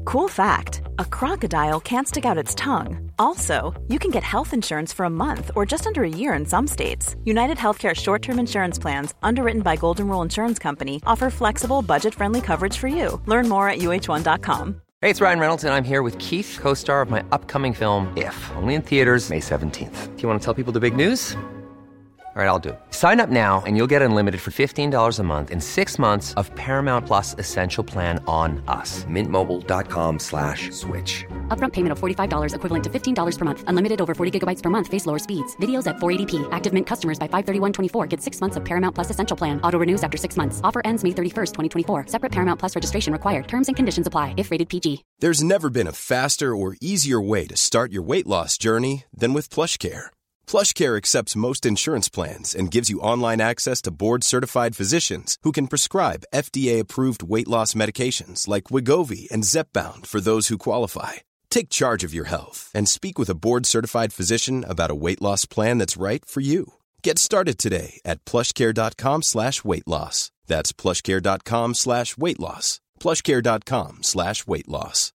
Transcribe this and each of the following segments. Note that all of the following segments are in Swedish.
Cool fact, a crocodile can't stick out its tongue. Also, you can get health insurance for a month or just under a year in some states. United Healthcare short-term insurance plans, underwritten by Golden Rule Insurance Company, offer flexible, budget-friendly coverage for you. Learn more at uh1.com. Hey, it's Ryan Reynolds, and I'm here with Keith, co-star of my upcoming film, If, only in theaters May 17th. Do you want to tell people the big news? All right, I'll do it. Sign up now and you'll get unlimited for $15 a month and 6 months of Paramount Plus Essential Plan on us. Mintmobile.com/switch. Upfront payment of $45 equivalent to $15 per month. Unlimited over 40 gigabytes per month. Face lower speeds. Videos at 480p. Active Mint customers by 531.24 get 6 months of Paramount Plus Essential Plan. Auto renews after 6 months. Offer ends May 31st, 2024. Separate Paramount Plus registration required. Terms and conditions apply if rated PG. There's never been a faster or easier way to start your weight loss journey than with PlushCare. PlushCare accepts most insurance plans and gives you online access to board-certified physicians who can prescribe FDA-approved weight loss medications like Wegovy and Zepbound for those who qualify. Take charge of your health and speak with a board-certified physician about a weight loss plan that's right for you. Get started today at plushcare.com/weightloss. That's plushcare.com/weightloss. plushcare.com/weightloss.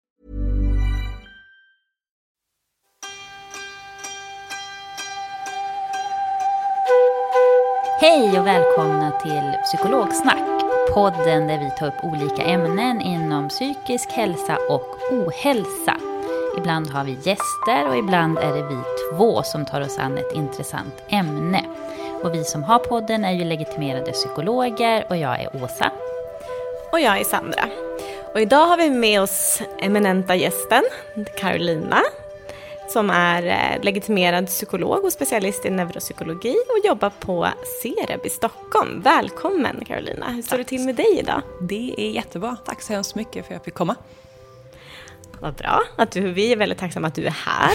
Hej och välkomna till Psykologsnack, podden där vi tar upp olika ämnen inom psykisk hälsa och ohälsa. Ibland har vi gäster och ibland är det vi två som tar oss an ett intressant ämne. Och vi som har podden är ju legitimerade psykologer och jag är Åsa. Och jag är Sandra. Och idag har vi med oss eminenta gästen, Carolina, som är legitimerad psykolog och specialist i neuropsykologi och jobbar på Cereb i Stockholm. Välkommen Carolina, hur står det till med dig idag? Det är jättebra, tack så hemskt mycket för att jag fick komma. Vad bra, vi är väldigt tacksamma att du är här.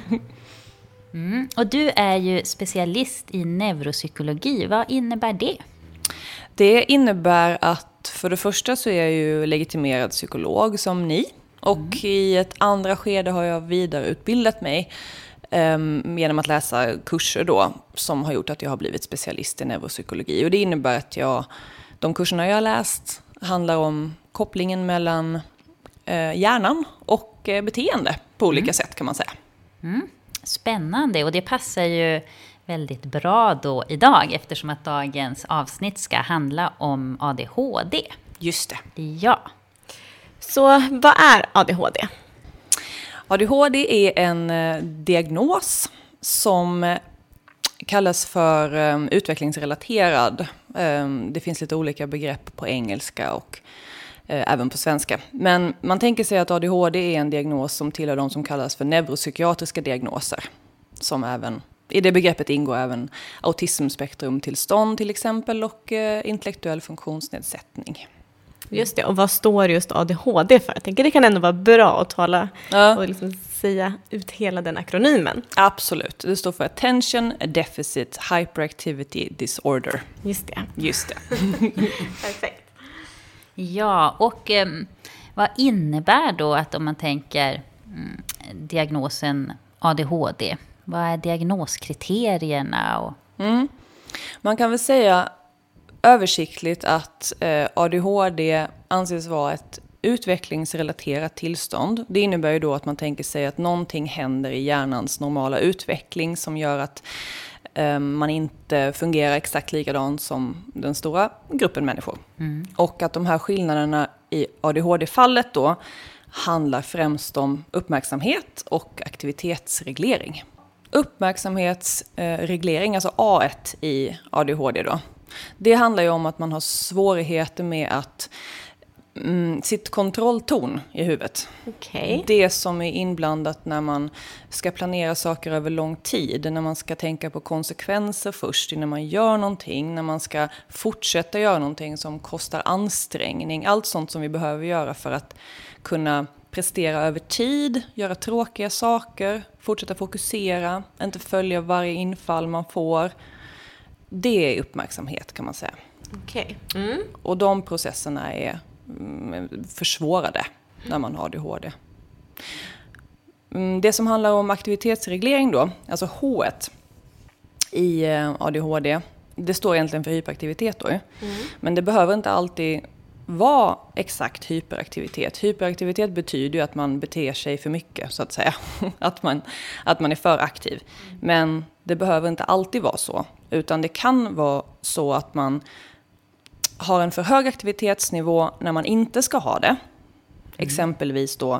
Och du är ju specialist i neuropsykologi, vad innebär det? Det innebär att för det första så är jag ju legitimerad psykolog som ni. Och i ett andra skede har jag vidareutbildat mig genom att läsa kurser då, som har gjort att jag har blivit specialist i neuropsykologi. Och det innebär att de kurserna jag har läst handlar om kopplingen mellan hjärnan och beteende på olika sätt kan man säga. Spännande, och det passar ju väldigt bra då idag eftersom att dagens avsnitt ska handla om ADHD. Just det. Ja. Så vad är ADHD? ADHD är en diagnos som kallas för utvecklingsrelaterad. Det finns lite olika begrepp på engelska och även på svenska. Men man tänker sig att ADHD är en diagnos som tillhör de som kallas för neuropsykiatriska diagnoser. Som även, i det begreppet ingår även autismspektrumtillstånd till exempel och intellektuell funktionsnedsättning. Just det, och vad står just ADHD för? Jag tänker det kan ändå vara bra att tala och liksom säga ut hela den akronymen. Absolut, det står för Attention Deficit Hyperactivity Disorder. Just det. Perfekt. Ja, och vad innebär då att om man tänker diagnosen ADHD? Vad är diagnoskriterierna? Man kan väl säga översiktligt att ADHD anses vara ett utvecklingsrelaterat tillstånd. Det innebär ju då att man tänker sig att någonting händer i hjärnans normala utveckling som gör att man inte fungerar exakt likadant som den stora gruppen människor. Och att de här skillnaderna i ADHD-fallet då handlar främst om uppmärksamhet och aktivitetsreglering. Uppmärksamhetsreglering, alltså A1 i ADHD då. Det handlar ju om att man har svårigheter med att sitt kontrolltorn i huvudet. Okay. Det som är inblandat när man ska planera saker över lång tid. När man ska tänka på konsekvenser först innan man gör någonting. När man ska fortsätta göra någonting som kostar ansträngning. Allt sånt som vi behöver göra för att kunna prestera över tid. Göra tråkiga saker. Fortsätta fokusera. Inte följa varje infall man får. Det är uppmärksamhet kan man säga. Okay. Och de processerna är försvårade när man har ADHD. Det som handlar om aktivitetsreglering då, alltså H1 i ADHD, det står egentligen för hyperaktivitet då. Men det behöver inte alltid vara exakt hyperaktivitet. Hyperaktivitet betyder ju att man beter sig för mycket, så att säga. att man är för aktiv. Men det behöver inte alltid vara så. Utan det kan vara så att man har en för hög aktivitetsnivå när man inte ska ha det. Exempelvis då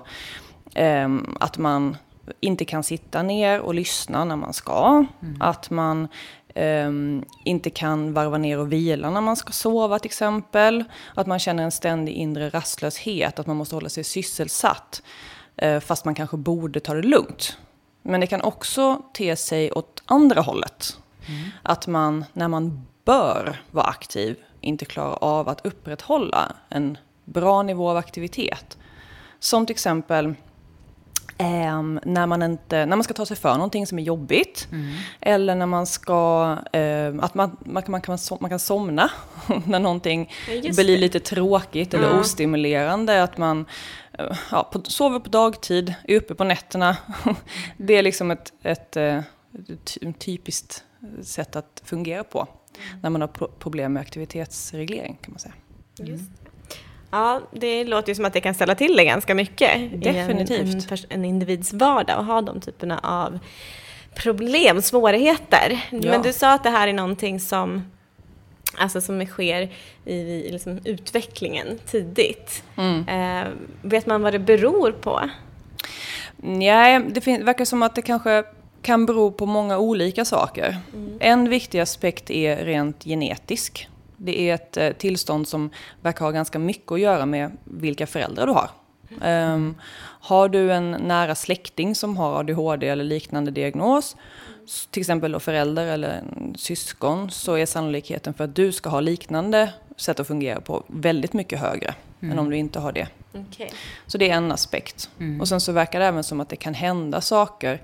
att man inte kan sitta ner och lyssna när man ska. Att man inte kan varva ner och vila när man ska sova till exempel. Att man känner en ständig inre rastlöshet. Att man måste hålla sig sysselsatt. Fast man kanske borde ta det lugnt. Men det kan också te sig åt andra hållet. Att man, när man bör vara aktiv, inte klarar av att upprätthålla en bra nivå av aktivitet. Som till exempel när man ska ta sig för någonting som är jobbigt. Eller när man ska att man kan somna när någonting blir lite tråkigt eller ostimulerande. Att man sover på dagtid, är uppe på nätterna. Det är liksom ett typiskt sätt att fungera på när man har problem med aktivitetsreglering, kan man säga. Just. Ja, det låter ju som att det kan ställa till det ganska mycket. Definitivt. I en individs vardag och ha de typerna av problem, svårigheter. Ja. Men du sa att det här är någonting som sker i liksom utvecklingen tidigt. Vet man vad det beror på? Nej, det verkar som att det kanske kan bero på många olika saker. En viktig aspekt är rent genetisk. Det är ett tillstånd som verkar ha ganska mycket att göra med vilka föräldrar du har. Har du en nära släkting som har ADHD eller liknande diagnos, till exempel då förälder eller en syskon, så är sannolikheten för att du ska ha liknande sätt att fungera på väldigt mycket högre än om du inte har det. Okay. Så det är en aspekt. Och sen så verkar det även som att det kan hända saker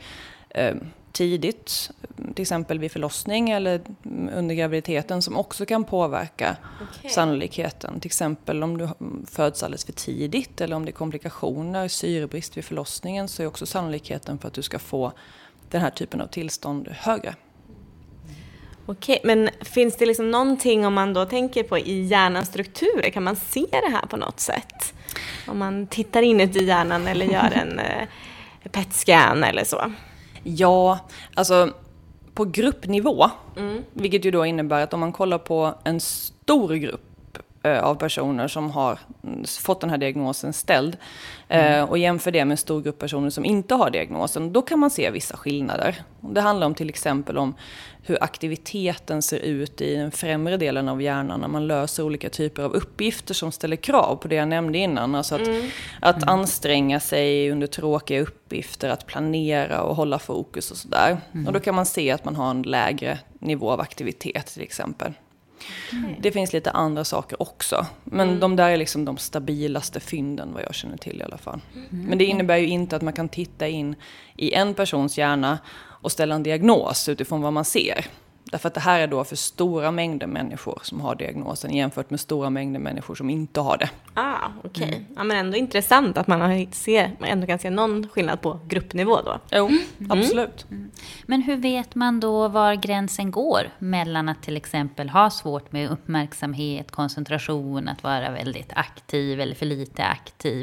tidigt, till exempel vid förlossning eller under graviditeten, som också kan påverka sannolikheten. Till exempel om du föds alldeles för tidigt eller om det är komplikationer, syrebrist vid förlossningen, så är också sannolikheten för att du ska få den här typen av tillstånd högre. Okej, men finns det liksom någonting, om man då tänker på i hjärnans strukturer, kan man se det här på något sätt? Om man tittar in i hjärnan eller gör en PET-scan eller så? Ja, alltså på gruppnivå, vilket ju då innebär att om man kollar på en stor grupp av personer som har fått den här diagnosen ställd och jämför det med en stor grupp personer som inte har diagnosen, då kan man se vissa skillnader. Det handlar om till exempel om hur aktiviteten ser ut i den främre delen av hjärnan när man löser olika typer av uppgifter som ställer krav på det jag nämnde innan. Alltså att anstränga sig under tråkiga uppgifter, att planera och hålla fokus och sådär. Och då kan man se att man har en lägre nivå av aktivitet till exempel. Det finns lite andra saker också. Men de där är liksom de stabilaste fynden vad jag känner till i alla fall. Men det innebär ju inte att man kan titta in i en persons hjärna och ställa en diagnos utifrån vad man ser. Därför att det här är då för stora mängder människor som har diagnosen jämfört med stora mängder människor som inte har det. Okej. Ja, men ändå intressant att man ändå kan se någon skillnad på gruppnivå då. Jo, absolut. Men hur vet man då var gränsen går mellan att till exempel ha svårt med uppmärksamhet, koncentration, att vara väldigt aktiv eller för lite aktiv?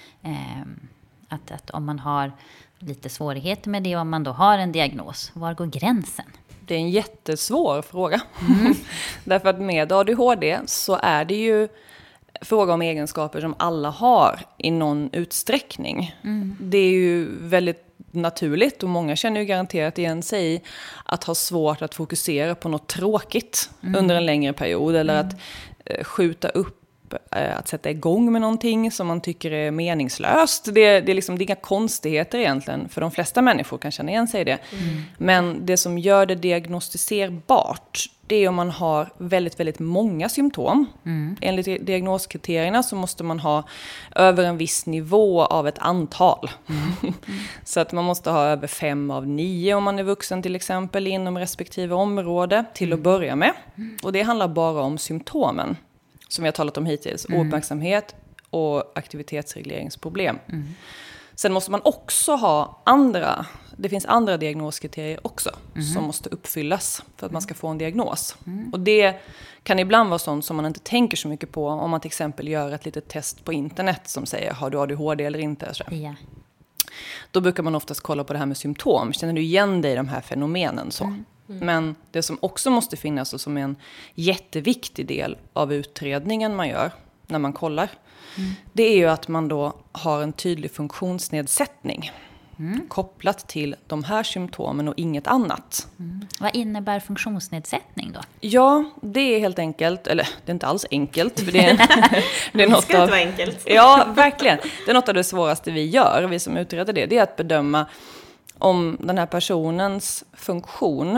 Att om man har lite svårigheter med det, om man då har en diagnos, var går gränsen? Det är en jättesvår fråga. Därför att med ADHD så är det ju fråga om egenskaper som alla har i någon utsträckning. Det är ju väldigt naturligt och många känner ju garanterat igen sig att ha svårt att fokusera på något tråkigt under en längre period eller att skjuta upp att sätta igång med någonting som man tycker är meningslöst. Det är liksom inga konstigheter egentligen, för de flesta människor kan känna igen sig i det. Men det som gör det diagnostiserbart, det är om man har väldigt, väldigt många symptom. Enligt diagnoskriterierna så måste man ha över en viss nivå av ett antal. Så att man måste ha över 5 av 9 om man är vuxen till exempel inom respektive område till att börja med. Och det handlar bara om symptomen som vi har talat om hittills. Uppmärksamhet och aktivitetsregleringsproblem. Sen måste man också ha det finns andra diagnoskriterier också som måste uppfyllas för att man ska få en diagnos. Och det kan ibland vara sånt som man inte tänker så mycket på om man till exempel gör ett litet test på internet som säger har du ADHD eller inte. Ja. Då brukar man oftast kolla på det här med symptom. Känner du igen dig i de här fenomenen? Så. Men det som också måste finnas och som är en jätteviktig del av utredningen man gör när man kollar, det är ju att man då har en tydlig funktionsnedsättning kopplat till de här symptomen och inget annat. Vad innebär funktionsnedsättning då? Ja, det är helt enkelt, eller det är inte alls enkelt. För det är något ska inte vara enkelt. Ja, verkligen. Det är något av det svåraste vi gör, vi som utreder det är att bedöma om den här personens funktion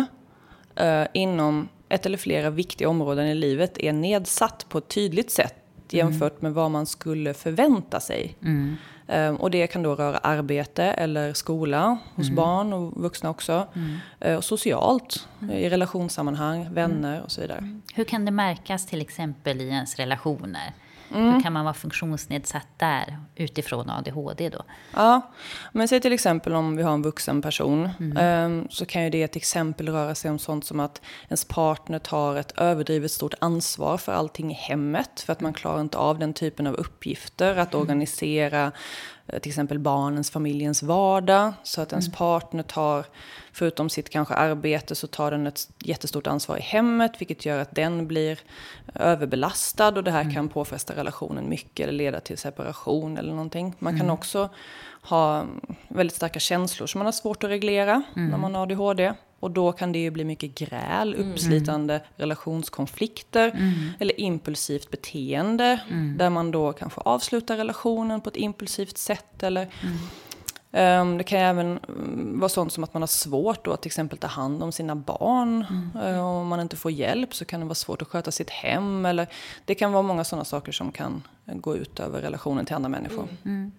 inom ett eller flera viktiga områden i livet är nedsatt på ett tydligt sätt jämfört med vad man skulle förvänta sig. Och det kan då röra arbete eller skola hos barn och vuxna också. Och socialt, i relationssammanhang, vänner och så vidare. Hur kan det märkas till exempel i ens relationer? Hur kan man vara funktionsnedsatt där utifrån ADHD då? Ja, men säg till exempel om vi har en vuxen person så kan ju det till exempel röra sig om sånt som att ens partner tar ett överdrivet stort ansvar för allting i hemmet för att man klarar inte av den typen av uppgifter att organisera till exempel barnens, familjens vardag, så att ens partner tar, förutom sitt kanske arbete, så tar den ett jättestort ansvar i hemmet, vilket gör att den blir överbelastad och det här kan påfresta relationen mycket eller leda till separation eller någonting. Man kan också ha väldigt starka känslor som man har svårt att reglera när man har ADHD. Och då kan det ju bli mycket gräl, uppslitande relationskonflikter eller impulsivt beteende där man då kanske avslutar relationen på ett impulsivt sätt. Eller, det kan även vara sånt som att man har svårt då att till exempel ta hand om sina barn. Om man inte får hjälp så kan det vara svårt att sköta sitt hem. Eller, det kan vara många sådana saker som kan gå ut över relationen till andra människor.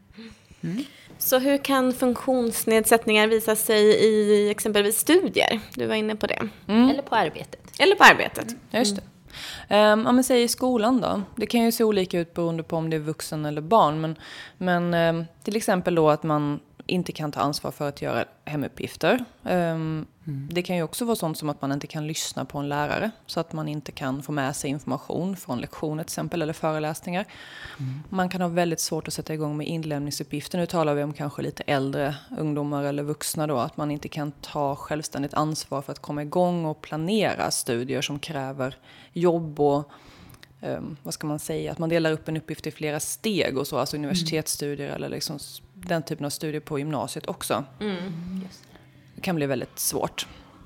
Så hur kan funktionsnedsättningar visa sig i exempelvis studier? Du var inne på det. Eller på arbetet. Eller på arbetet. Just det. Om man säger i skolan då. Det kan ju se olika ut beroende på om det är vuxen eller barn. Men till exempel då att man inte kan ta ansvar för att göra hemuppgifter. Det kan ju också vara sånt som att man inte kan lyssna på en lärare. Så att man inte kan få med sig information från lektioner till exempel eller föreläsningar. Man kan ha väldigt svårt att sätta igång med inlämningsuppgifter. Nu talar vi om kanske lite äldre ungdomar eller vuxna då. Att man inte kan ta självständigt ansvar för att komma igång och planera studier som kräver jobb och vad ska man säga, att man delar upp en uppgift i flera steg och så, alltså universitetsstudier eller liksom den typen av studier på gymnasiet också. Det kan bli väldigt svårt.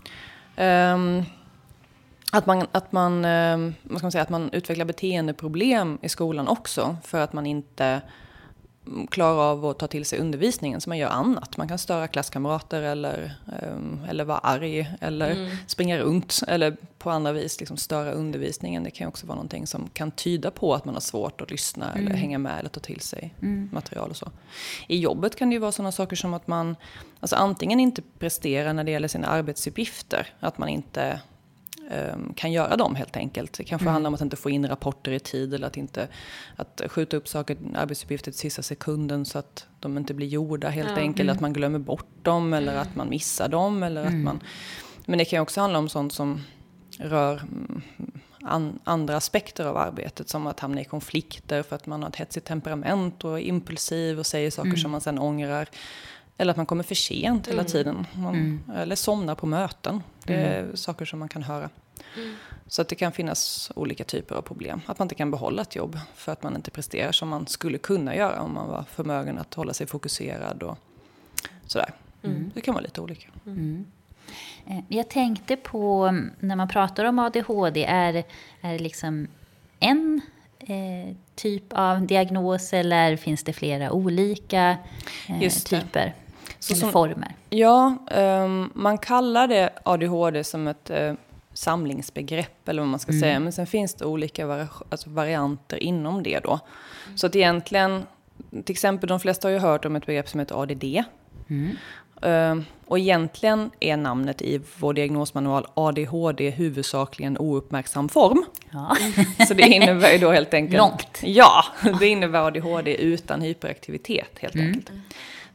Att man utvecklar beteendeproblem i skolan också för att man inte klarar av att ta till sig undervisningen, så man gör annat. Man kan störa klasskamrater eller vara arg eller springa runt eller på andra vis liksom störa undervisningen. Det kan också vara någonting som kan tyda på att man har svårt att lyssna eller hänga med eller ta till sig material och så. I jobbet kan det ju vara sådana saker som att man antingen inte presterar när det gäller sina arbetsuppgifter, att man inte kan göra dem helt enkelt. Det kanske handlar om att inte få in rapporter i tid eller att skjuta upp saker, arbetsuppgifter till sista sekunden så att de inte blir gjorda helt enkelt. Att man glömmer bort dem eller att man missar dem. Eller att man, men det kan också handla om sånt som rör andra aspekter av arbetet, som att hamna i konflikter för att man har ett hetsigt temperament och är impulsiv och säger saker som man sen ångrar. Eller att man kommer för sent hela tiden. Eller somnar på möten. Det är saker som man kan höra. Så att det kan finnas olika typer av problem. Att man inte kan behålla ett jobb för att man inte presterar som man skulle kunna göra om man var förmögen att hålla sig fokuserad och sådär. Det kan vara lite olika. Jag tänkte på, när man pratar om ADHD, är det liksom en typ av diagnos eller finns det flera olika typer eller former? Ja, man kallar det ADHD som ett samlingsbegrepp eller vad man ska säga. Men sen finns det olika varianter inom det då. Så att egentligen, till exempel de flesta har ju hört om ett begrepp som heter ADD. Och egentligen är namnet i vår diagnosmanual ADHD huvudsakligen ouppmärksam form. Ja. Så det innebär ju då helt enkelt... Långt. Ja, det innebär ADHD utan hyperaktivitet helt enkelt.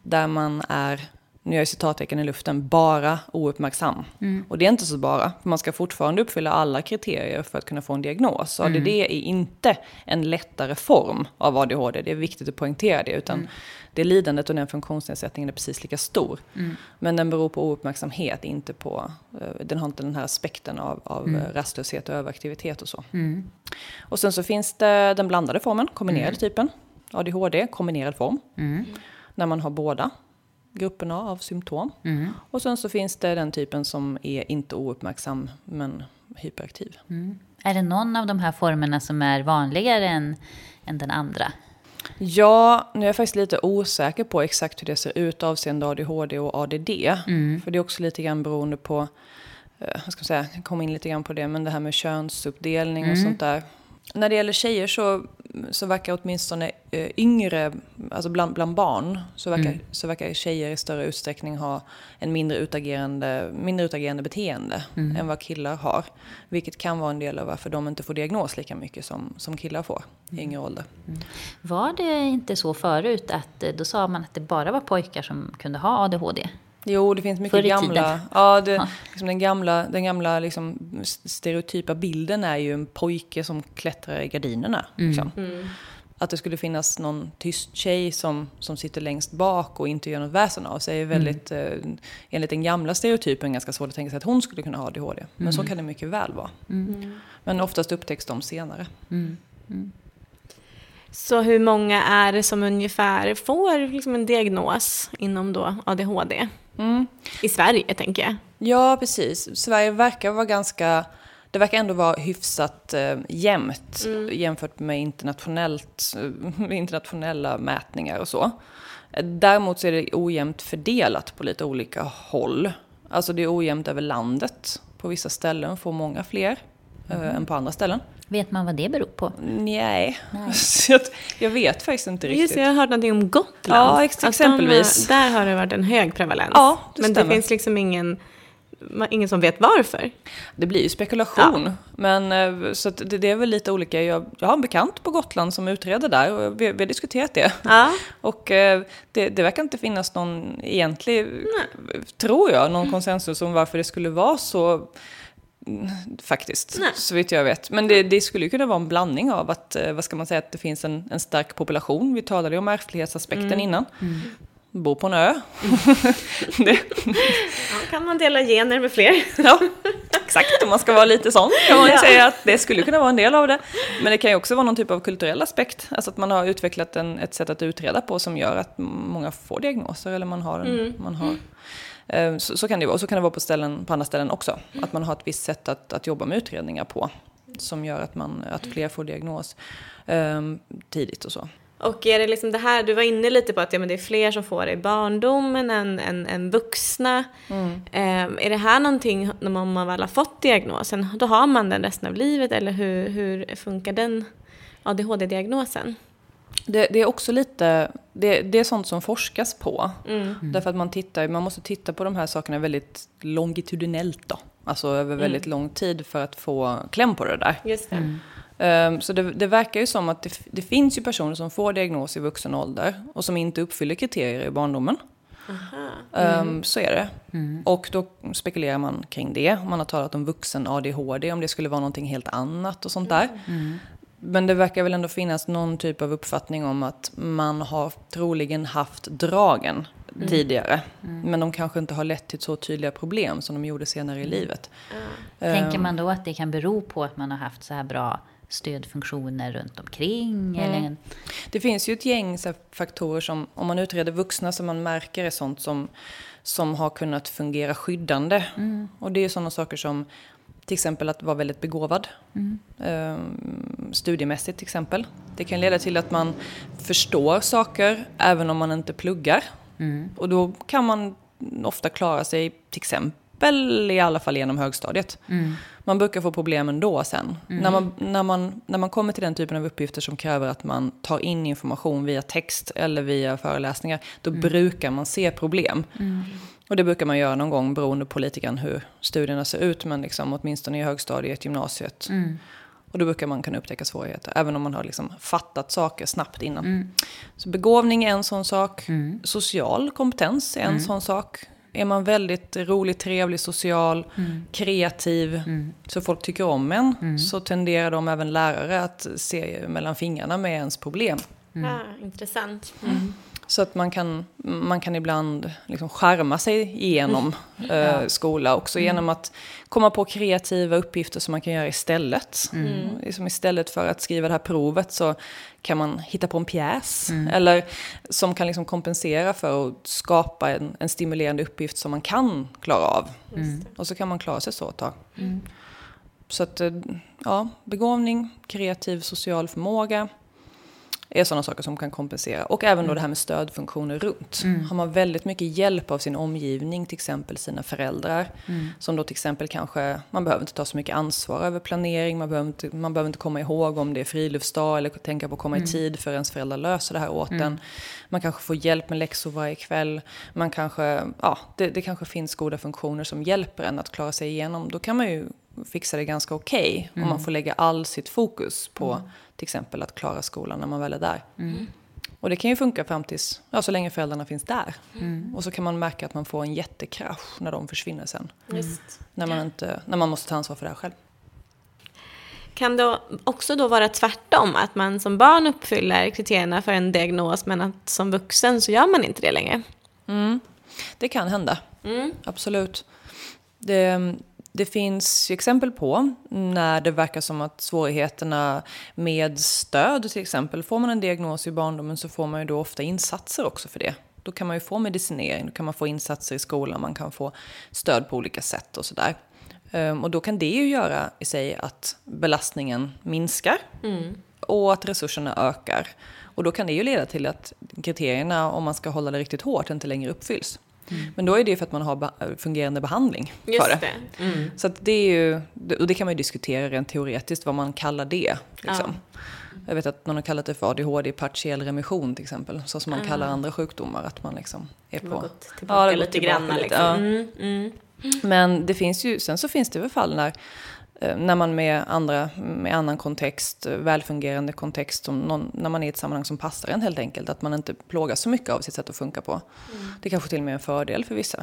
där man är, nu gör jag citattecken i luften, bara ouppmärksam. Och det är inte så bara, för man ska fortfarande uppfylla alla kriterier för att kunna få en diagnos. ADD är inte en lättare form av ADHD, det är viktigt att poängtera det, utan det lidandet och den funktionsnedsättningen är precis lika stor. Men den beror på ouppmärksamhet, inte på, den har inte den här aspekten av rastlöshet och överaktivitet och så. Och sen så finns det den blandade formen, kombinerade typen, ADHD, kombinerad form, när man har båda grupperna av symptom. Och sen så finns det den typen som är inte ouppmärksam men hyperaktiv. Är det någon av de här formerna som är vanligare än den andra? Ja, nu är jag faktiskt lite osäker på exakt hur det ser ut avseende ADHD och ADD. För det är också lite grann beroende på, jag kommer in lite grann på det, men det här med könsuppdelning och sånt där. När det gäller tjejer så verkar åtminstone yngre, alltså bland barn, så verkar tjejer i större utsträckning ha en mindre utagerande beteende än vad killar har. Vilket kan vara en del av varför de inte får diagnos lika mycket som killar får i yngre ålder. Var det inte så förut att då sa man att det bara var pojkar som kunde ha ADHD? Jo, det finns mycket gamla. Ja, liksom den gamla liksom, stereotypa bilden är ju en pojke som klättrar i gardinerna. Liksom. Att det skulle finnas någon tyst tjej som sitter längst bak och inte gör något väsen av sig är väldigt, enligt den gamla stereotypen, ganska svårt att tänka sig att hon skulle kunna ha ADHD. Men så kan det mycket väl vara. Men oftast upptäcks de senare. Så hur många är det som ungefär får liksom en diagnos inom då ADHD? I Sverige, tänker jag. Ja, precis. Sverige verkar vara det verkar ändå vara hyfsat jämnt jämfört med internationella mätningar och så. Däremot så är det ojämnt fördelat på lite olika håll. Alltså det är ojämnt över landet. På vissa ställen får många fler än på andra ställen. Vet man vad det beror på? Nej. Jag vet faktiskt inte riktigt. Just det, jag har hört någonting om Gotland. Ja, exempelvis. Där har det varit en hög prevalens. Ja, men det finns liksom ingen som vet varför. Det blir ju spekulation. Men så att det är väl lite olika. Jag har en bekant på Gotland som utreder där och vi har diskuterat det. Och det verkar inte finnas någon egentlig, tror jag, någon konsensus om varför det skulle vara så. Faktiskt, så vitt jag vet. Men det skulle ju kunna vara en blandning av att, att det finns en stark population. Vi talade ju om ärftlighetsaspekten innan. Bor på en ö. Kan man dela gener med fler? Ja, exakt. Om man ska vara lite sån kan man ju säga att det skulle kunna vara en del av det. Men det kan ju också vara någon typ av kulturell aspekt. Alltså att man har utvecklat ett sätt att utreda på som gör att många får diagnoser. Eller man har så kan det vara. Och så kan det vara på andra ställen också. Att man har ett visst sätt att jobba med utredningar på. Som gör att fler får diagnos tidigt och så. Och är det liksom det här, du var inne lite på att det är fler som får det i barndomen än vuxna. Är det här någonting, när man väl har fått diagnosen, då har man den resten av livet? Eller hur funkar den ADHD-diagnosen? Det är också lite, det är sånt som forskas på. Därför att man måste titta på de här sakerna väldigt longitudinellt då. Alltså över väldigt lång tid för att få kläm på det där. Just det. Så det verkar ju som att det finns ju personer som får diagnos i vuxen ålder och som inte uppfyller kriterier i barndomen. Så är det. Och då spekulerar man kring det. Man har talat om vuxen ADHD, om det skulle vara någonting helt annat och sånt där. Men det verkar väl ändå finnas någon typ av uppfattning om att man har troligen haft dragen tidigare. Men de kanske inte har lett till så tydliga problem som de gjorde senare i livet. Tänker man då att det kan bero på att man har haft så här bra stödfunktioner runt omkring? Eller? Det finns ju ett gäng så faktorer som, om man utreder vuxna, som man märker är sånt som har kunnat fungera skyddande. Och det är sådana saker som till exempel att vara väldigt begåvad. Studiemässigt till exempel. Det kan leda till att man förstår saker även om man inte pluggar. Och då kan man ofta klara sig till exempel i alla fall genom högstadiet. Man brukar få problem ändå sen. När man kommer till den typen av uppgifter som kräver att man tar in information via text eller via föreläsningar, då brukar man se problem. Och det brukar man göra någon gång beroende på lite grann hur studierna ser ut, men liksom åtminstone i högstadiet, gymnasiet. Och då brukar man kunna upptäcka svårigheter, även om man har liksom fattat saker snabbt innan. Så begåvning är en sån sak. Social kompetens är en sån sak. Är man väldigt rolig, trevlig, social, kreativ, så folk tycker om en, så tenderar de även lärare att se mellan fingrarna med ens problem. Intressant. Så att man kan ibland liksom skärma sig igenom skola också genom att komma på kreativa uppgifter som man kan göra istället. Liksom istället för att skriva det här provet så kan man hitta på en pjäs eller som kan liksom kompensera för att skapa en stimulerande uppgift som man kan klara av. Och så kan man klara sig så ett tag. Så att begåvning, kreativ, social förmåga är sådana saker som kan kompensera. Och även då det här med stödfunktioner runt. Har man väldigt mycket hjälp av sin omgivning, till exempel sina föräldrar. Som då till exempel kanske, man behöver inte ta så mycket ansvar över planering. Man behöver inte komma ihåg om det är friluftsdag eller tänka på att komma i tid för ens föräldrar löser det här åt en. Man kanske får hjälp med läxor varje kväll. Man kanske, det kanske finns goda funktioner som hjälper en att klara sig igenom. Då kan man ju fixa det ganska okej. Om man får lägga all sitt fokus på till exempel att klara skolan när man väl är där. Och det kan ju funka fram tills, så länge föräldrarna finns där. Och så kan man märka att man får en jättekrasch när de försvinner sen. När man måste ta ansvar för det här själv. Kan det också då vara tvärtom? Att man som barn uppfyller kriterierna för en diagnos men att som vuxen så gör man inte det längre? Det kan hända. Absolut. Det finns exempel på när det verkar som att svårigheterna med stöd till exempel, får man en diagnos i barndomen så får man ju då ofta insatser också för det. Då kan man ju få medicinering, då kan man få insatser i skolan, man kan få stöd på olika sätt och sådär. Och då kan det ju göra i sig att belastningen minskar och att resurserna ökar. Och då kan det ju leda till att kriterierna, om man ska hålla det riktigt hårt, inte längre uppfylls. Men då är det ju för att man har fungerande behandling för det. Så att det är ju, och det kan man ju diskutera rent teoretiskt vad man kallar det. Liksom. Jag vet att någon har kallat det för ADHD partiell remission till exempel. Så som man kallar andra sjukdomar. Att man liksom är på... gått tillbaka lite grann. Liksom. Men det finns ju, sen så finns det väl fall när man med annan kontext, välfungerande kontext, när man är i ett sammanhang som passar en helt enkelt, att man inte plågas så mycket av sitt sätt att funka på. Det är kanske till och med en fördel för vissa.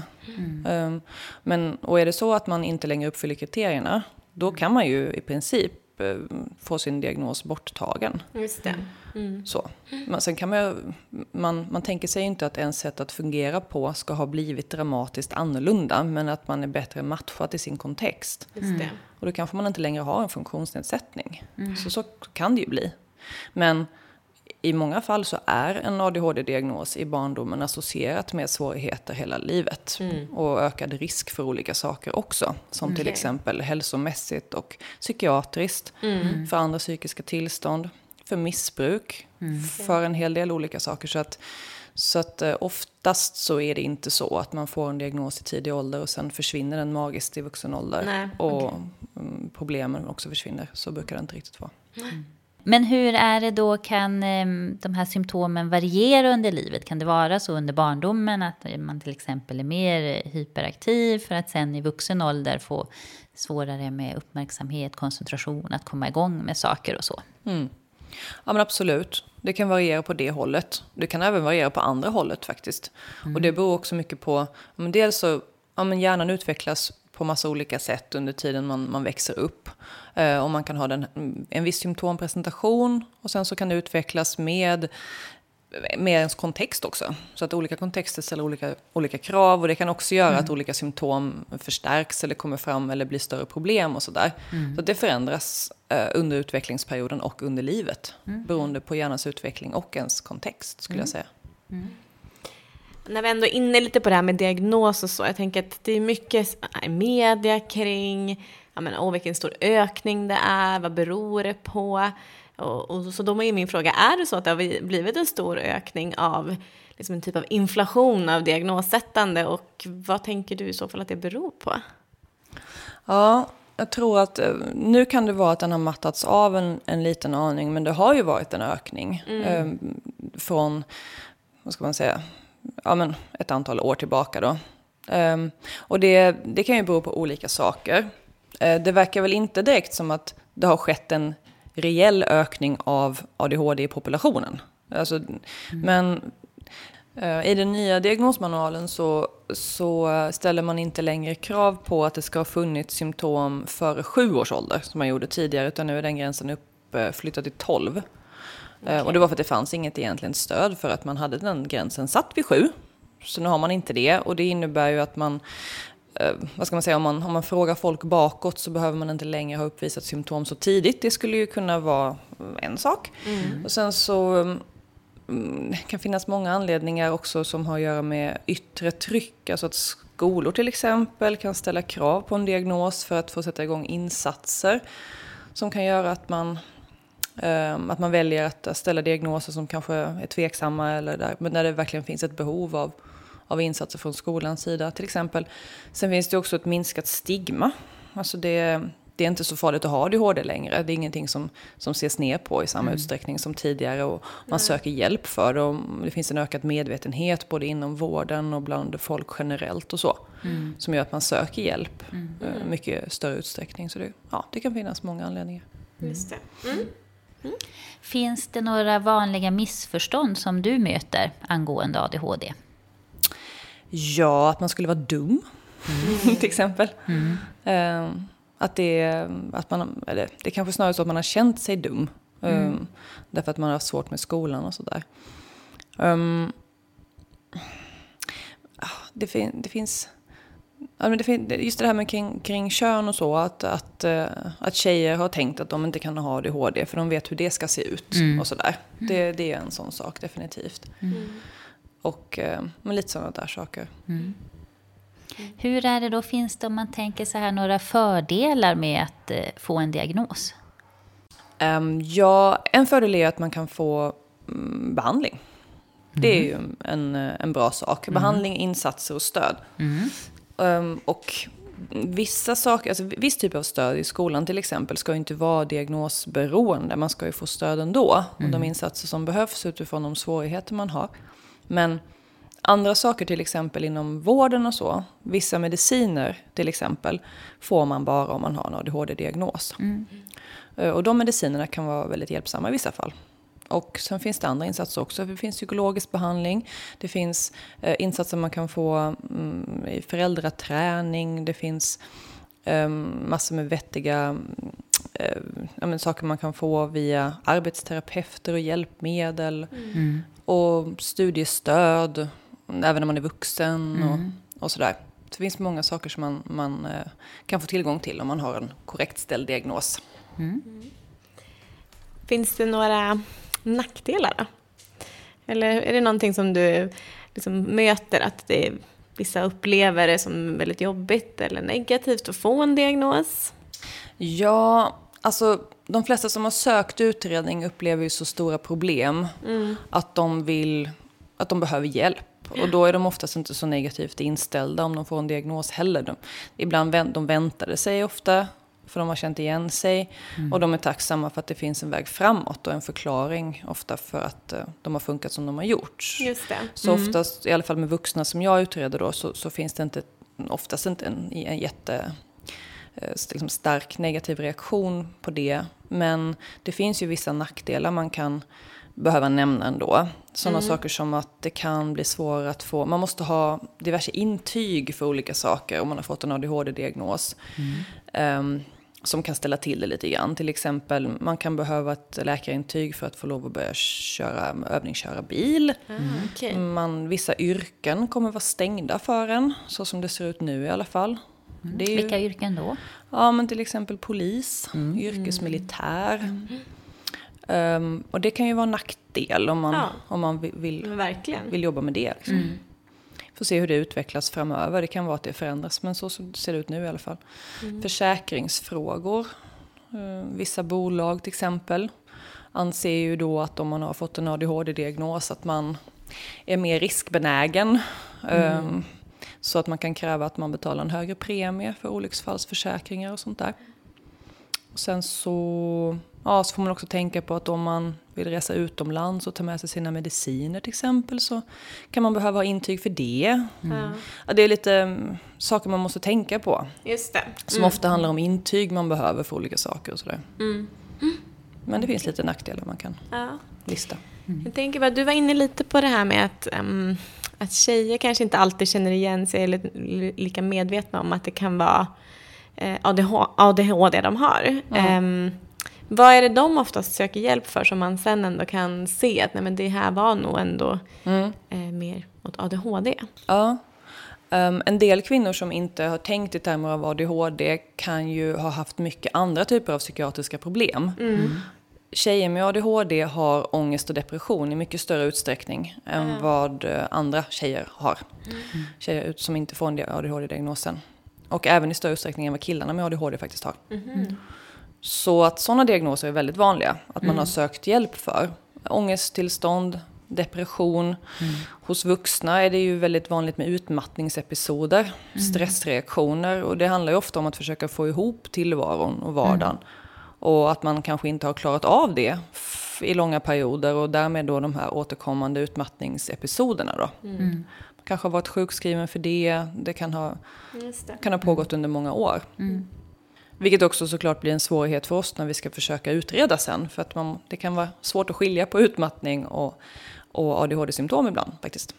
Och är det så att man inte längre uppfyller kriterierna, då kan man ju i princip få sin diagnos borttagen. Just det. Så. Men sen kan man tänker sig inte att ens sätt att fungera på ska ha blivit dramatiskt annorlunda, men att man är bättre matchat i sin kontext. Just det. Och då kanske man inte längre har en funktionsnedsättning. Så kan det ju bli. Men i många fall så är en ADHD-diagnos i barndomen associerat med svårigheter hela livet. Och ökad risk för olika saker också. Som till exempel hälsomässigt och psykiatriskt. För andra psykiska tillstånd. För missbruk. För en hel del olika saker. Så att oftast så är det inte så att man får en diagnos i tidig ålder och sen försvinner den magiskt i vuxen ålder. Och problemen också försvinner. Så brukar det inte riktigt vara. Men hur är det då, kan de här symptomen variera under livet? Kan det vara så under barndomen att man till exempel är mer hyperaktiv för att sen i vuxen ålder få svårare med uppmärksamhet, koncentration, att komma igång med saker och så? Ja men absolut, det kan variera på det hållet. Det kan även variera på andra hållet faktiskt. Och det beror också mycket på, dels så, hjärnan utvecklas på massa olika sätt under tiden man växer upp. Och man kan ha en viss symptompresentation och sen så kan det utvecklas med ens kontext också. Så att olika kontexter ställer olika krav och det kan också göra att olika symptom förstärks eller kommer fram eller blir större problem och sådär. Så att det förändras under utvecklingsperioden och under livet beroende på hjärnans utveckling och ens kontext skulle jag säga. När vi ändå är inne lite på det här med diagnos och så, jag tänker att det är mycket media kring, vilken stor ökning det är, vad beror det på? Och så då är min fråga, är det så att det har blivit en stor ökning av liksom en typ av inflation av diagnossättande, och vad tänker du i så fall att det beror på? Ja, jag tror att nu kan det vara att den har mattats av en liten aning, men det har ju varit en ökning från, vad ska man säga, ett antal år tillbaka då. Och det kan ju bero på olika saker. Det verkar väl inte direkt som att det har skett en reell ökning av ADHD i populationen. Alltså, men i den nya diagnosmanualen så ställer man inte längre krav på att det ska ha funnits symptom före 7 års ålder som man gjorde tidigare, utan nu är den gränsen flyttad till 12. Och det var för att det fanns inget egentligen stöd för att man hade den gränsen satt vid 7. Så nu har man inte det, och det innebär ju att man, vad ska man säga, om man frågar folk bakåt så behöver man inte längre ha uppvisat symptom så tidigt. Det skulle ju kunna vara en sak. Och sen så kan finnas många anledningar också som har att göra med yttre tryck. Alltså att skolor till exempel kan ställa krav på en diagnos för att få sätta igång insatser som kan göra att man väljer att ställa diagnoser som kanske är tveksamma, eller men där det verkligen finns ett behov av insatser från skolans sida till exempel. Sen finns det också ett minskat stigma. Alltså det är inte så farligt att ha ADHD längre. Det är ingenting som ses ner på i samma utsträckning som tidigare, och man söker hjälp för det. Och det finns en ökad medvetenhet både inom vården och bland folk generellt och så. Som gör att man söker hjälp mycket större utsträckning. Så det kan finnas många anledningar. Just det. Finns det några vanliga missförstånd som du möter angående ADHD? Ja, att man skulle vara dum till exempel. Det är kanske snarare så att man har känt sig dum. Därför att man har svårt med skolan och sådär. Det finns just det här med kring kön och så, att tjejer har tänkt att de inte kan ha ADHD för de vet hur det ska se ut och sådär. Det är en sån sak definitivt. Och men lite sådana där saker. Hur är det då, finns det, om man tänker så här, några fördelar med att få en diagnos? En fördel är att man kan få behandling. Det är ju en bra sak. Behandling, insatser och stöd. Och vissa saker, alltså viss typ av stöd i skolan till exempel ska ju inte vara diagnosberoende. Man ska ju få stöd ändå. Och de insatser som behövs utifrån de svårigheter man har. Men andra saker, till exempel inom vården och så, vissa mediciner till exempel, får man bara om man har en ADHD-diagnos. Och de medicinerna kan vara väldigt hjälpsamma i vissa fall. Och sen finns det andra insatser också. Det finns psykologisk behandling. Det finns insatser man kan få i föräldraträning. Det finns massor med vettiga saker man kan få via arbetsterapeuter och hjälpmedel. Och studiestöd, även när man är vuxen och sådär. Det finns många saker som man kan få tillgång till om man har en korrekt ställd diagnos. Finns det några nackdelar då? Eller är det någonting som du liksom möter, att vissa upplever det som väldigt jobbigt eller negativt att få en diagnos? Ja, alltså de flesta som har sökt utredning upplever ju så stora problem att de behöver hjälp. Och då är de oftast inte så negativt inställda om de får en diagnos heller. Ibland de väntade sig ofta, för de har känt igen sig. Och de är tacksamma för att det finns en väg framåt och en förklaring ofta för att de har funkat som de har gjort. Just det. Så oftast, i alla fall med vuxna som jag utreder då, så finns det oftast inte en jätte liksom stark negativ reaktion på det. Men det finns ju vissa nackdelar man kan behöva nämna ändå. Sådana saker som att det kan bli svårare att få. Man måste ha diverse intyg för olika saker om man har fått en ADHD-diagnos. Som kan ställa till det lite grann. Till exempel, man kan behöva ett läkarintyg för att få lov att börja övningsköra bil. Okay. Vissa yrken kommer vara stängda för en, så som det ser ut nu i alla fall. Det är ju, vilka yrken då? Ja, men till exempel polis, yrkesmilitär. Och det kan ju vara en nackdel om man vill jobba med det. Liksom. Får se hur det utvecklas framöver. Det kan vara att det förändras, men så ser det ut nu i alla fall. Försäkringsfrågor. Vissa bolag till exempel anser ju då att om man har fått en ADHD-diagnos att man är mer riskbenägen. Så att man kan kräva att man betalar en högre premie för olycksfallsförsäkringar och sånt där. Och sen så Ja, så får man också tänka på att om man vill resa utomlands och ta med sig sina mediciner till exempel, så kan man behöva ha intyg för det. Ja, det är lite saker man måste tänka på. Just det. Som ofta handlar om intyg man behöver för olika saker och sådär. Men det finns lite nackdelar man kan lista. Jag tänker bara, du var inne lite på det här med att tjejer kanske inte alltid känner igen sig eller lika medvetna om att det kan vara ADHD de har. Vad är det de oftast söker hjälp för som man sen ändå kan se att nej, men det här var nog ändå mer åt ADHD? Ja. En del kvinnor som inte har tänkt i termer av ADHD kan ju ha haft mycket andra typer av psykiatriska problem. Tjejer med ADHD har ångest och depression i mycket större utsträckning än vad andra tjejer har. Tjejer som inte får en ADHD-diagnosen. Och även i större utsträckning än vad killarna med ADHD faktiskt har. Så att sådana diagnoser är väldigt vanliga. Att man har sökt hjälp för. Ångesttillstånd, depression. Hos vuxna är det ju väldigt vanligt med utmattningsepisoder. Stressreaktioner. Och det handlar ju ofta om att försöka få ihop tillvaron och vardagen. Och att man kanske inte har klarat av det i långa perioder. Och därmed då de här återkommande utmattningsepisoderna då. Man kanske har varit sjukskriven för det. Det kan ha pågått under många år. Vilket också såklart blir en svårighet för oss när vi ska försöka utreda sen. För att det kan vara svårt att skilja på utmattning och ADHD-symptom ibland faktiskt.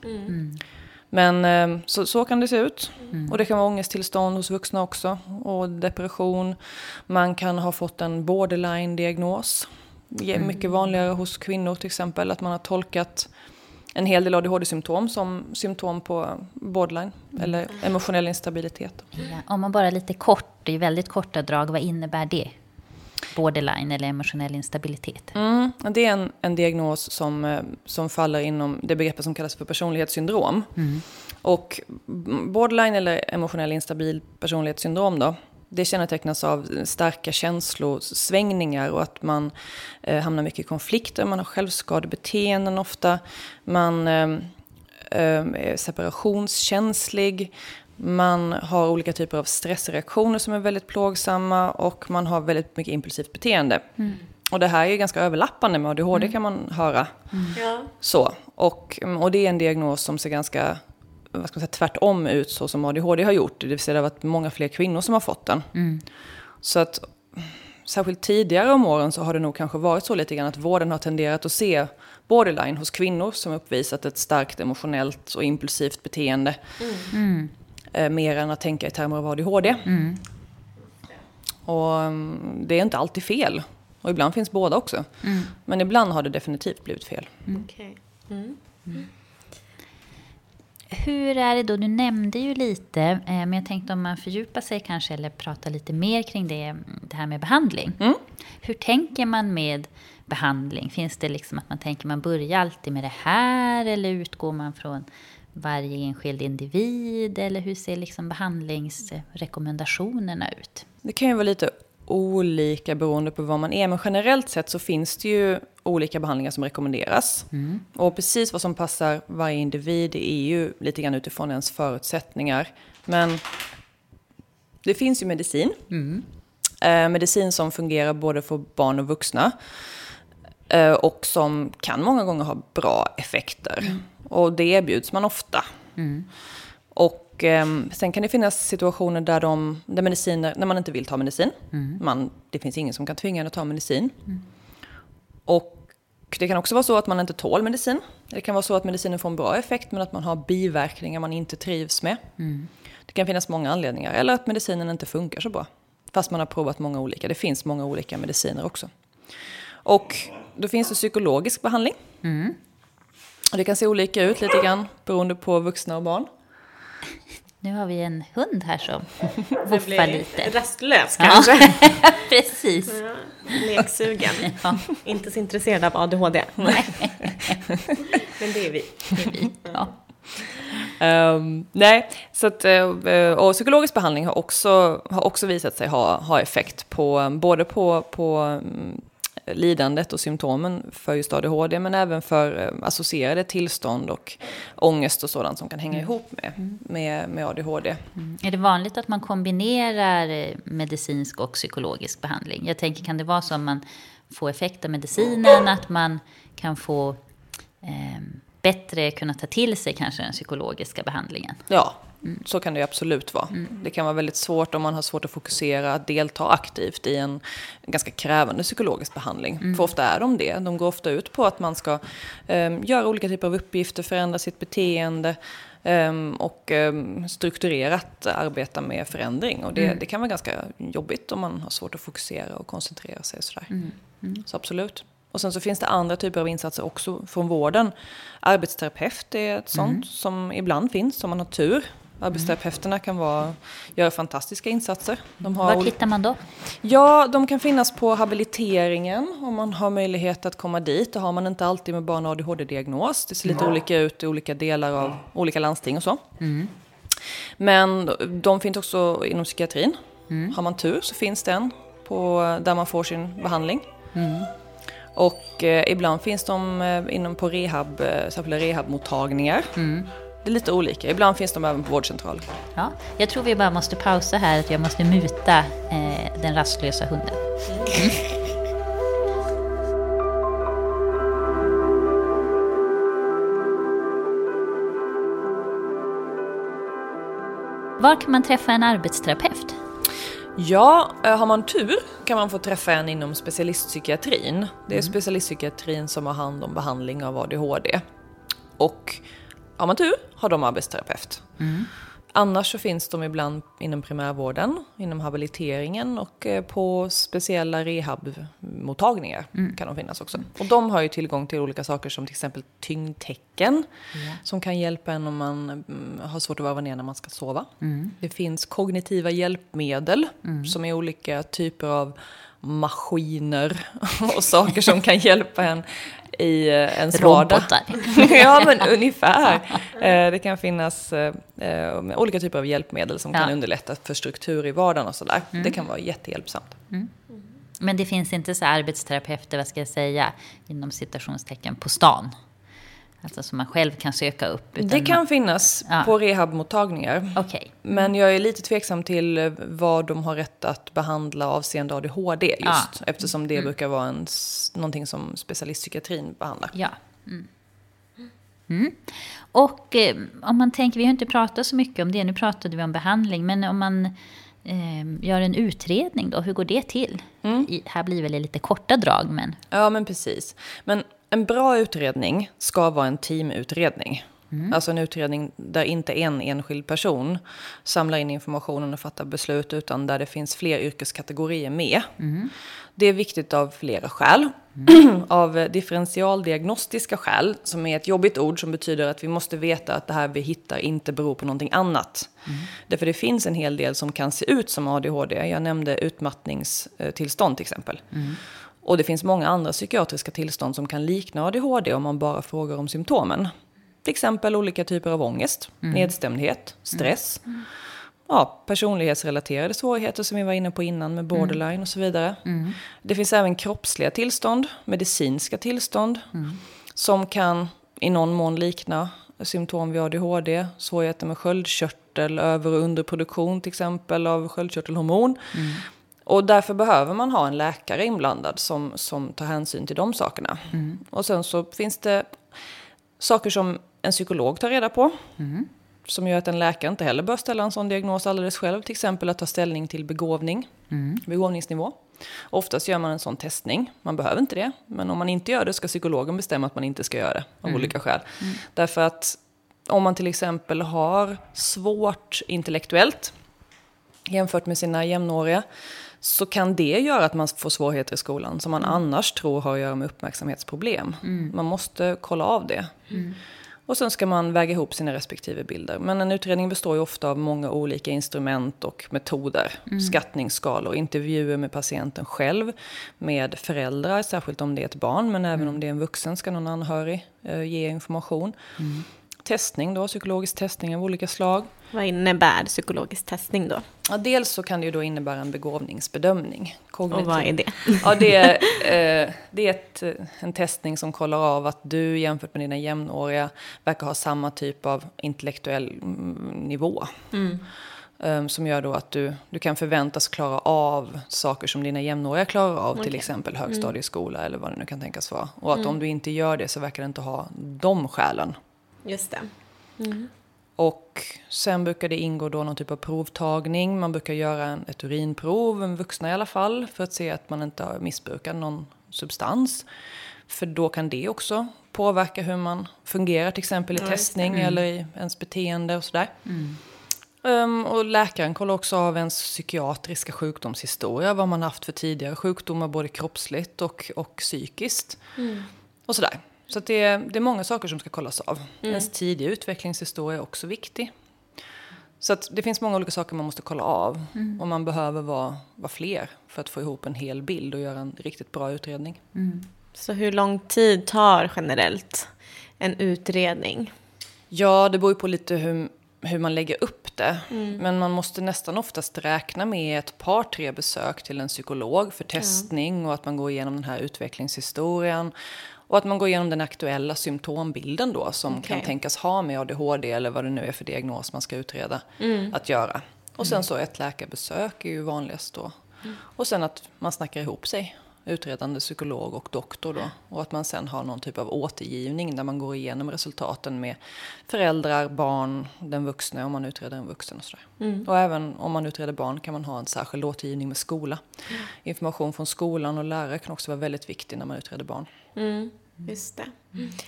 Men så kan det se ut. Och det kan vara ångesttillstånd hos vuxna också. Och depression. Man kan ha fått en borderline-diagnos. Mycket vanligare hos kvinnor till exempel. Att man har tolkat en hel del ADHD-symptom som symptom på borderline. Eller emotionell instabilitet. Ja, om man bara lite kort, det är väldigt korta drag, vad innebär det? Borderline eller emotionell instabilitet? Det är en diagnos som faller inom det begreppet som kallas för personlighetssyndrom. Och borderline eller emotionell instabil personlighetssyndrom då, det kännetecknas av starka känslosvängningar och att man hamnar mycket i konflikter. Man har självskadebeteenden ofta. Man är separationskänslig. Man har olika typer av stressreaktioner som är väldigt plågsamma. Och man har väldigt mycket impulsivt beteende. Och det här är ju ganska överlappande med ADHD kan man höra. Så. Och det är en diagnos som ser ganska tvärtom ut så som ADHD har gjort. Det vill säga det har varit många fler kvinnor som har fått den. Så att särskilt tidigare om åren så har det nog kanske varit så lite grann att vården har tenderat att se borderline hos kvinnor som uppvisat ett starkt emotionellt och impulsivt beteende. Mer än att tänka i termer av ADHD. Och det är inte alltid fel. Och ibland finns båda också. Men ibland har det definitivt blivit fel. Hur är det då? Du nämnde ju lite, men jag tänkte om man fördjupar sig kanske eller pratar lite mer kring det här med behandling. Hur tänker man med behandling? Finns det liksom att man tänker man börjar alltid med det här eller utgår man från varje enskild individ? Eller hur ser liksom behandlingsrekommendationerna ut? Det kan ju vara lite olika beroende på vad man är. Men generellt sett så finns det ju olika behandlingar som rekommenderas. Och precis vad som passar varje individ är ju lite grann utifrån ens förutsättningar. Men det finns ju medicin. Medicin som fungerar både för barn och vuxna. Och som kan många gånger ha bra effekter. Och det erbjuds man ofta. Och sen kan det finnas situationer där mediciner, när man inte vill ta medicin. Det finns ingen som kan tvinga en att ta medicin. Och det kan också vara så att man inte tål medicin. Det kan vara så att medicinen får en bra effekt men att man har biverkningar man inte trivs med. Det kan finnas många anledningar. Eller att medicinen inte funkar så bra. Fast man har provat många olika. Det finns många olika mediciner också. Och då finns det psykologisk behandling. Och det kan se olika ut lite grann beroende på vuxna och barn. Nu har vi en hund här som voffar lite. Rastlös kanske. Precis. Leksugen. Inte så intresserad av ADHD. Nej. Men det är vi. Nej, så att, och psykologisk behandling har också visat sig ha effekt på både på lidandet och symptomen för just ADHD men även för associerade tillstånd och ångest och sådant som kan hänga ihop med ADHD. Är det vanligt att man kombinerar medicinsk och psykologisk behandling? Jag tänker, kan det vara så att man få effekt av medicinen, att man kan få bättre kunna ta till sig kanske den psykologiska behandlingen. Ja, så kan det absolut vara. Det kan vara väldigt svårt om man har svårt att fokusera, att delta aktivt i en ganska krävande psykologisk behandling. För ofta är de det. De går ofta ut på att man ska göra olika typer av uppgifter, förändra sitt beteende och strukturerat arbeta med förändring. Och det kan vara ganska jobbigt om man har svårt att fokusera och koncentrera sig. Sådär. Så absolut. Och sen så finns det andra typer av insatser också från vården. Arbetsterapeut är ett sånt som ibland finns om man har tur. Arbetsterapeuterna kan göra fantastiska insatser. Var hittar man då? Ja, de kan finnas på habiliteringen om man har möjlighet att komma dit. Det har man inte alltid med barn- och ADHD-diagnos. Det ser lite olika ut i olika delar av olika landsting och så. Men de finns också inom psykiatrin. Har man tur så finns den där man får sin behandling. Och ibland finns de på särskilda rehabmottagningar. Det är lite olika. Ibland finns de även på vårdcentral. Ja, jag tror vi bara måste pausa här. Att jag måste muta den rastlösa hunden. Var kan man träffa en arbetsterapeut? Ja, har man tur kan man få träffa en inom specialistpsykiatrin. Det är specialistpsykiatrin som har hand om behandling av ADHD. Och har man tur har de arbetsterapeut. Annars så finns de ibland inom primärvården, inom habiliteringen och på speciella rehabmottagningar kan de finnas också. Och de har ju tillgång till olika saker som till exempel tyngdtecken som kan hjälpa en om man har svårt att varva ner när man ska sova. Det finns kognitiva hjälpmedel som är olika typer av maskiner och saker som kan hjälpa en i ens vardag. Ja, men ungefär. Det kan finnas olika typer av hjälpmedel som kan underlätta för struktur i vardagen och sådär. Det kan vara jättehjälpsamt. Men det finns inte så arbetsterapeuter, vad ska jag säga, inom citationstecken på stan? Alltså som man själv kan söka upp. Det kan finnas på rehabmottagningar. Okay. Men jag är lite tveksam till vad de har rätt att behandla avseende ADHD just. Eftersom det brukar vara någonting som specialistpsykiatrin behandlar. Ja. Och om man tänker, vi har inte pratat så mycket om det. Nu pratade vi om behandling. Men om man gör en utredning då, hur går det till? Här blir väl lite korta drag. Men... Ja, men precis. Men en bra utredning ska vara en teamutredning. Alltså en utredning där inte en enskild person samlar in informationen och fattar beslut, utan där det finns fler yrkeskategorier med. Det är viktigt av flera skäl. Av differentialdiagnostiska skäl, som är ett jobbigt ord som betyder att vi måste veta att det här vi hittar inte beror på någonting annat. Därför det finns en hel del som kan se ut som ADHD. Jag nämnde utmattningstillstånd till exempel. Och det finns många andra psykiatriska tillstånd som kan likna ADHD om man bara frågar om symptomen. Till exempel olika typer av ångest, nedstämdhet, stress. Ja, personlighetsrelaterade svårigheter som vi var inne på innan med borderline och så vidare. Det finns även kroppsliga tillstånd, medicinska tillstånd som kan i någon mån likna symptom vid ADHD. Svårigheter med sköldkörtel, över- och underproduktion till exempel av sköldkörtelhormon. Och därför behöver man ha en läkare inblandad som tar hänsyn till de sakerna. Och sen så finns det saker som en psykolog tar reda på. Som gör att en läkare inte heller bör ställa en sån diagnos alldeles själv. Till exempel att ta ställning till begåvningsnivå. Oftast gör man en sån testning. Man behöver inte det. Men om man inte gör det ska psykologen bestämma att man inte ska göra det. Av olika skäl. Därför att om man till exempel har svårt intellektuellt jämfört med sina jämnåriga, så kan det göra att man får svårigheter i skolan som man annars tror har att göra med uppmärksamhetsproblem. Man måste kolla av det. Och sen ska man väga ihop sina respektive bilder. Men en utredning består ju ofta av många olika instrument och metoder. Skattningsskalor, intervjuer med patienten själv, med föräldrar, särskilt om det är ett barn, men även om det är en vuxen ska någon anhörig ge information. Testning då, psykologisk testning av olika slag. Vad innebär psykologisk testning då? Ja, dels så kan det ju då innebära en begåvningsbedömning. Kognitiv. Och vad är det? Ja, det är en testning som kollar av att du jämfört med dina jämnåriga verkar ha samma typ av intellektuell nivå. Som gör då att du kan förväntas klara av saker som dina jämnåriga klarar av. Till exempel högstadieskola eller vad det nu kan tänkas vara. Och att om du inte gör det så verkar det inte ha de skälen. Just det. Och sen brukar det ingå då någon typ av provtagning. Man brukar göra ett urinprov, en vuxna i alla fall, för att se att man inte har missbrukat någon substans. För då kan det också påverka hur man fungerar, till exempel i testning eller i ens beteende och sådär. Och läkaren kollar också av ens psykiatriska sjukdomshistoria, vad man haft för tidigare sjukdomar, både kroppsligt och psykiskt. Och sådär. Så att det är många saker som ska kollas av. Ens tidiga utvecklingshistoria är också viktig. Så att det finns många olika saker man måste kolla av. Och man behöver vara fler för att få ihop en hel bild och göra en riktigt bra utredning. Så hur lång tid tar generellt en utredning? Ja, det beror ju på lite hur man lägger upp det. Men man måste nästan oftast räkna med ett 3 besök till en psykolog för testning och att man går igenom den här utvecklingshistorien. Och att man går igenom den aktuella symptombilden då som kan tänkas ha med ADHD eller vad det nu är för diagnos man ska utreda att göra. Och sen så ett läkarbesök är ju vanligast då. Och sen att man snackar ihop sig, utredande psykolog och doktor då. Och att man sen har någon typ av återgivning där man går igenom resultaten med föräldrar, barn, den vuxna om man utreder en vuxen och sådär. Och även om man utreder barn kan man ha en särskild återgivning med skola. Information från skolan och lärare kan också vara väldigt viktig när man utreder barn. Just det.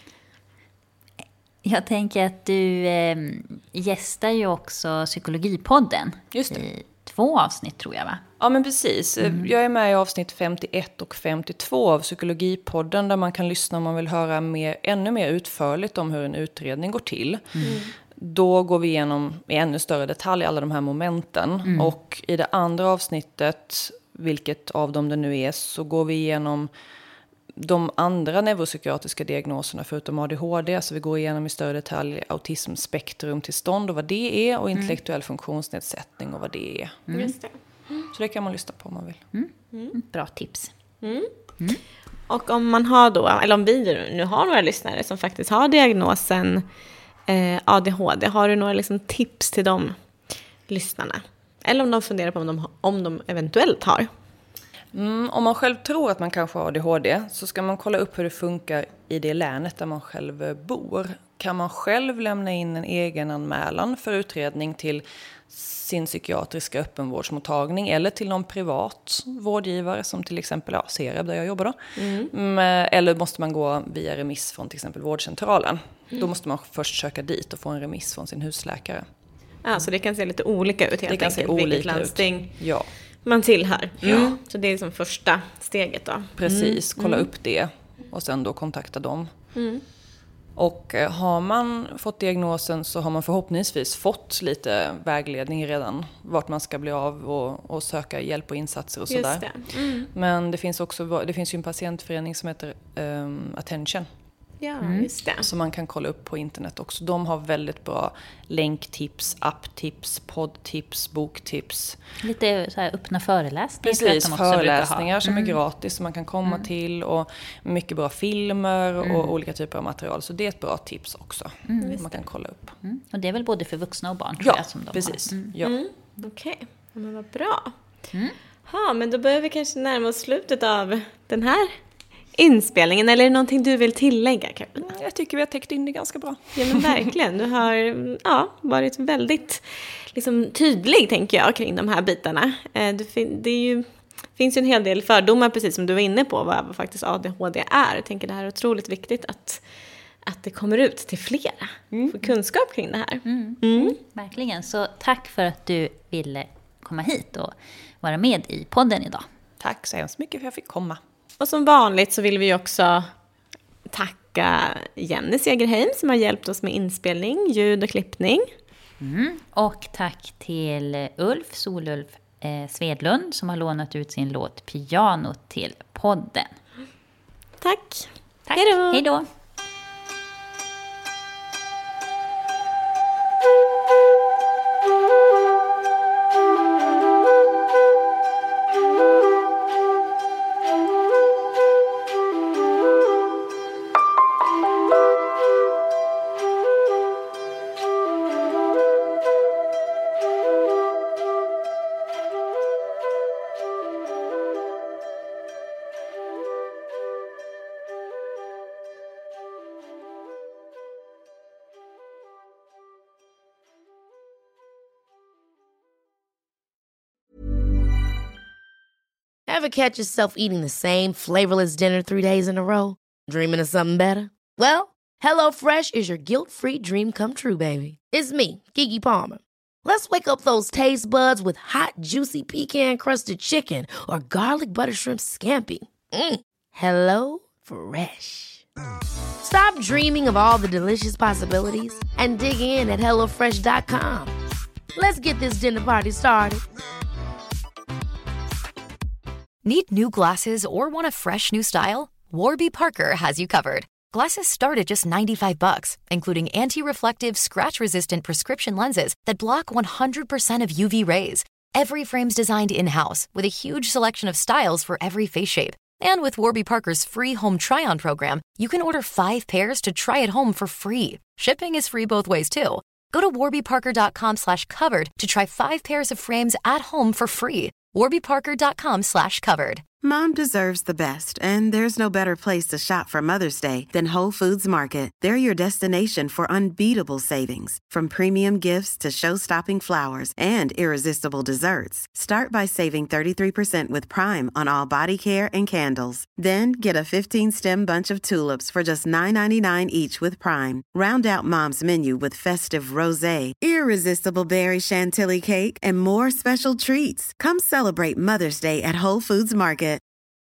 Jag tänker att du gästar ju också Psykologipodden. Just det. I 2 avsnitt tror jag, va? Ja, men precis. Jag är med i avsnitt 51 och 52 av Psykologipodden där man kan lyssna om man vill höra ännu mer utförligt om hur en utredning går till. Då går vi igenom i ännu större detalj alla de här momenten. Och i det andra avsnittet, vilket av dem det nu är, så går vi igenom de andra neuropsykiatriska diagnoserna förutom ADHD. Så vi går igenom i större detalj autismspektrumtillstånd och vad det är och intellektuell funktionsnedsättning och vad det är. Just det. Så det kan man lyssna på om man vill. Bra tips. Och om man har då, eller om vi nu har några lyssnare som faktiskt har diagnosen ADHD, har du några liksom tips till de lyssnarna? Eller om de funderar på om de eventuellt har? Om man själv tror att man kanske har ADHD så ska man kolla upp hur det funkar i det länet där man själv bor. Kan man själv lämna in en egen anmälan för utredning till sin psykiatriska öppenvårdsmottagning eller till någon privat vårdgivare som till exempel Cereb där jag jobbar då. Eller måste man gå via remiss från till exempel vårdcentralen. Då måste man först söka dit och få en remiss från sin husläkare. Så det kan se lite olika ut helt enkelt, vilket landsting man tillhör. Så det är liksom första steget då. Precis, kolla upp det och sen då kontakta dem. Och har man fått diagnosen så har man förhoppningsvis fått lite vägledning redan vart man ska bli av och söka hjälp och insatser och sådär. Men det finns ju en patientförening som heter Attention. Ja, just det. Som man kan kolla upp på internet också. De har väldigt bra länktips, apptips, poddtips, boktips. Lite så här öppna föreläsningar. Precis, föreläsningar som är gratis som man kan komma till. Och mycket bra filmer och olika typer av material. Så det är ett bra tips också. Man kan kolla upp. Och det är väl både för vuxna och barn tror jag som de precis. har. Ja, Okej, men vad bra. Ja, men då börjar vi kanske närma oss slutet av den här inspelningen. Eller är det någonting du vill tillägga, Carolina? Jag tycker vi har täckt in det ganska bra. Ja, men verkligen. Du har varit väldigt liksom, tydlig, tänker jag, kring de här bitarna. Finns ju en hel del fördomar, precis som du var inne på, vad faktiskt ADHD är. Jag tänker det här är otroligt viktigt att det kommer ut till flera. Få kunskap kring det här. Verkligen. Så tack för att du ville komma hit och vara med i podden idag. Tack så hemskt mycket för att jag fick komma. Och som vanligt så vill vi också tacka Jenny Segerheim som har hjälpt oss med inspelning, ljud och klippning. Och tack till Solulf Svedlund som har lånat ut sin låt Piano till podden. Tack. Hej då. Ever catch yourself eating the same flavorless dinner 3 days in a row? Dreaming of something better? Well, HelloFresh is your guilt-free dream come true, baby. It's me, Keke Palmer. Let's wake up those taste buds with hot, juicy pecan-crusted chicken or garlic butter shrimp scampi. Hello Fresh. Stop dreaming of all the delicious possibilities and dig in at HelloFresh.com. Let's get this dinner party started. Need new glasses or want a fresh new style? Warby Parker has you covered. Glasses start at just $95, including anti-reflective, scratch-resistant prescription lenses that block 100% of UV rays. Every frame's designed in-house with a huge selection of styles for every face shape. And with Warby Parker's free home try-on program, you can order 5 pairs to try at home for free. Shipping is free both ways, too. Go to warbyparker.com/covered to try 5 pairs of frames at home for free. warbyparker.com/covered. Mom deserves the best, and there's no better place to shop for Mother's Day than Whole Foods Market. They're your destination for unbeatable savings, from premium gifts to show-stopping flowers and irresistible desserts. Start by saving 33% with Prime on all body care and candles. Then get a 15-stem bunch of tulips for just $9.99 each with Prime. Round out Mom's menu with festive rosé, irresistible berry chantilly cake, and more special treats. Come celebrate Mother's Day at Whole Foods Market